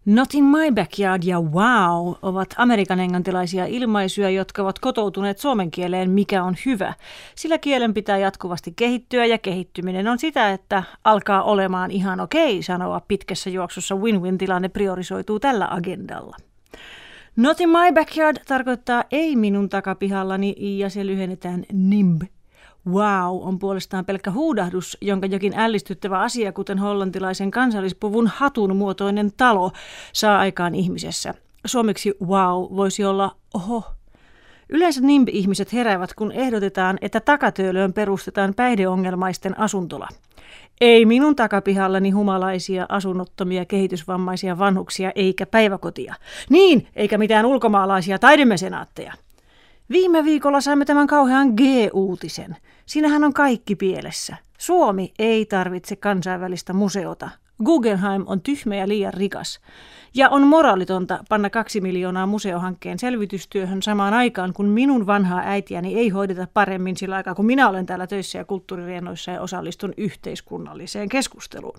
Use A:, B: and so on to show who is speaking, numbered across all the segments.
A: Not in my backyard ja wow ovat amerikanenglantilaisia ilmaisuja, jotka ovat kotoutuneet suomen kieleen, mikä on hyvä. Sillä kielen pitää jatkuvasti kehittyä ja kehittyminen on sitä, että alkaa olemaan ihan okei sanoa pitkässä juoksussa win-win-tilanne priorisoituu tällä agendalla. Not in my backyard tarkoittaa ei minun takapihallani ja se lyhennetään NIMB. Wow on puolestaan pelkkä huudahdus, jonka jokin ällistyttävä asia, kuten hollantilaisen kansallispuvun hatun muotoinen talo, saa aikaan ihmisessä. Suomeksi wow voisi olla oho. Yleensä NIMB-ihmiset heräävät, kun ehdotetaan, että takatöölöön perustetaan päihdeongelmaisten asuntola. Ei minun takapihallani humalaisia, asunnottomia, kehitysvammaisia vanhuksia eikä päiväkotia. Niin, eikä mitään ulkomaalaisia taidemesenaatteja. Viime viikolla saimme tämän kauhean G-uutisen. Siinähän on kaikki pielessä. Suomi ei tarvitse kansainvälistä museota. Guggenheim on tyhmä ja liian rikas. Ja on moraalitonta panna 2 miljoonaa museohankkeen selvitystyöhön samaan aikaan, kun minun vanhaa äitiäni ei hoideta paremmin sillä aikaa, kun minä olen täällä töissä ja kulttuuririennoissa ja osallistun yhteiskunnalliseen keskusteluun.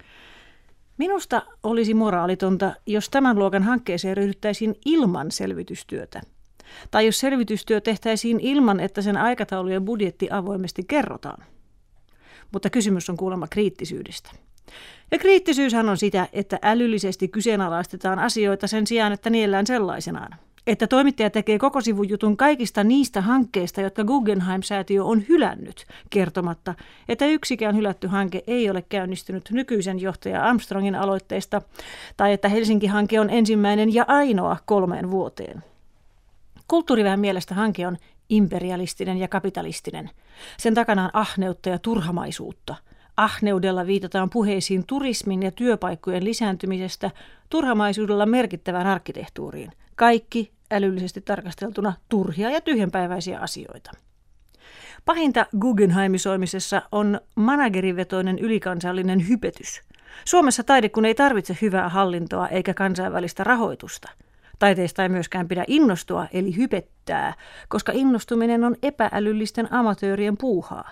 A: Minusta olisi moraalitonta, jos tämän luokan hankkeeseen ryhdyttäisiin ilman selvitystyötä. Tai jos selvitystyö tehtäisiin ilman, että sen aikataulu ja budjetti avoimesti kerrotaan. Mutta kysymys on kuulemma kriittisyydestä. Ja kriittisyyshän on sitä, että älyllisesti kyseenalaistetaan asioita sen sijaan, että niellään sellaisenaan. Että toimittaja tekee koko sivujutun kaikista niistä hankkeista, jotka Guggenheim-säätiö on hylännyt, kertomatta, että yksikään hylätty hanke ei ole käynnistynyt nykyisen johtaja Armstrongin aloitteesta, tai että Helsinki-hanke on ensimmäinen ja ainoa 3 vuoteen. Kulttuuriväen mielestä hanke on imperialistinen ja kapitalistinen. Sen takana on ahneutta ja turhamaisuutta. Ahneudella viitataan puheisiin turismin ja työpaikkojen lisääntymisestä, turhamaisuudella merkittävään arkkitehtuuriin. Kaikki älyllisesti tarkasteltuna turhia ja tyhjänpäiväisiä asioita. Pahinta Guggenheimisoimisessa on managerivetoinen ylikansallinen hypetys. Suomessa taide kun ei tarvitse hyvää hallintoa eikä kansainvälistä rahoitusta. Taiteesta ei myöskään pidä innostua, eli hypettää, koska innostuminen on epäälyllisten amatöörien puuhaa.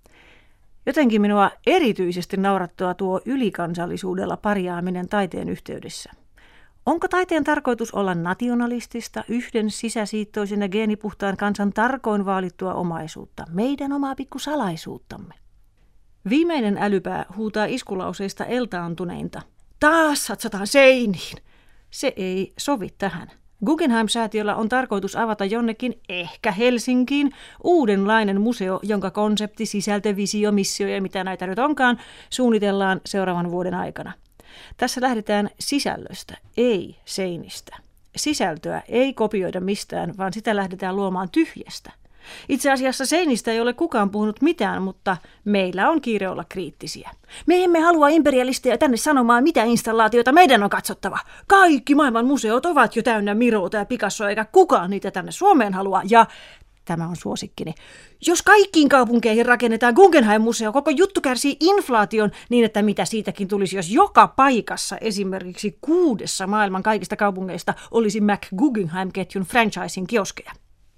A: Jotenkin minua erityisesti naurattaa tuo ylikansallisuudella parjaaminen taiteen yhteydessä. Onko taiteen tarkoitus olla nationalistista, yhden sisäsiittoisen ja geenipuhtaan kansan tarkoin vaalittua omaisuutta, meidän omaa pikkusalaisuuttamme? Viimeinen älypää huutaa iskulauseista eltaantuneinta. Taas satsataan seiniin! Se ei sovi tähän. Guggenheim-säätiöllä on tarkoitus avata jonnekin, ehkä Helsinkiin, uudenlainen museo, jonka konsepti, sisältö, visio, missio ja mitä näitä nyt onkaan, suunnitellaan seuraavan vuoden aikana. Tässä lähdetään sisällöstä, ei seinistä. Sisältöä ei kopioida mistään, vaan sitä lähdetään luomaan tyhjästä. Itse asiassa seinistä ei ole kukaan puhunut mitään, mutta meillä on kiire olla kriittisiä. Me emme halua imperialisteja tänne sanomaan, mitä installaatioita meidän on katsottava. Kaikki maailman museot ovat jo täynnä Mirota ja Picassoa, eikä kukaan niitä tänne Suomeen halua. Ja tämä on suosikkini. Jos kaikkiin kaupunkeihin rakennetaan Guggenheim-museo, koko juttu kärsii inflaation niin, että mitä siitäkin tulisi, jos joka paikassa, esimerkiksi 6 maailman kaikista kaupungeista, olisi McGuggenheim-ketjun franchising kioskeja.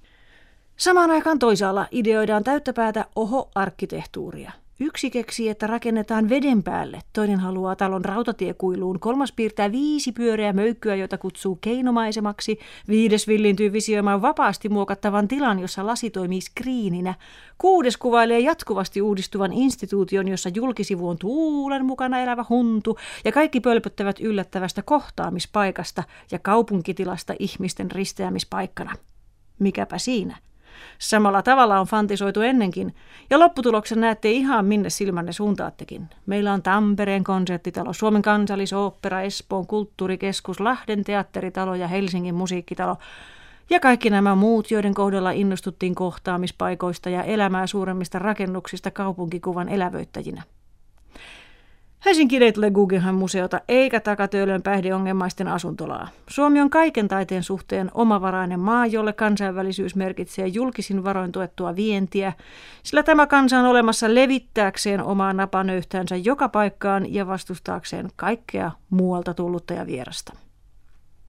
A: Samaan aikaan toisaalla ideoidaan täyttäpäätä oho-arkkitehtuuria. Yksi keksii, että rakennetaan veden päälle, toinen haluaa talon rautatiekuiluun, 3 piirtää 5 pyöreää möykkyä, joita kutsuu keinomaisemaksi, 5 villiintyy visioimaan vapaasti muokattavan tilan, jossa lasi toimii skriininä, 6 kuvailee jatkuvasti uudistuvan instituution, jossa julkisivu on tuulen mukana elävä huntu, ja kaikki pölpöttävät yllättävästä kohtaamispaikasta ja kaupunkitilasta ihmisten risteämispaikkana. Mikäpä siinä? Samalla tavalla on fantisoitu ennenkin, ja lopputuloksen näette ihan minne silmänne suuntaattekin. Meillä on Tampereen konserttitalo, Suomen kansallisooppera, Espoon kulttuurikeskus, Lahden teatteritalo ja Helsingin musiikkitalo. Ja kaikki nämä muut, joiden kohdalla innostuttiin kohtaamispaikoista ja elämää suuremmista rakennuksista kaupunkikuvan elävöittäjinä. Helsinki ei tule Guggenheim-museota eikä takatöölön päihdeongelmaisten asuntolaa. Suomi on kaiken taiteen suhteen omavarainen maa, jolle kansainvälisyys merkitsee julkisin varoin tuettua vientiä, sillä tämä kansa on olemassa levittääkseen omaa napanöyhtäänsä joka paikkaan ja vastustaakseen kaikkea muualta tullutta ja vierasta.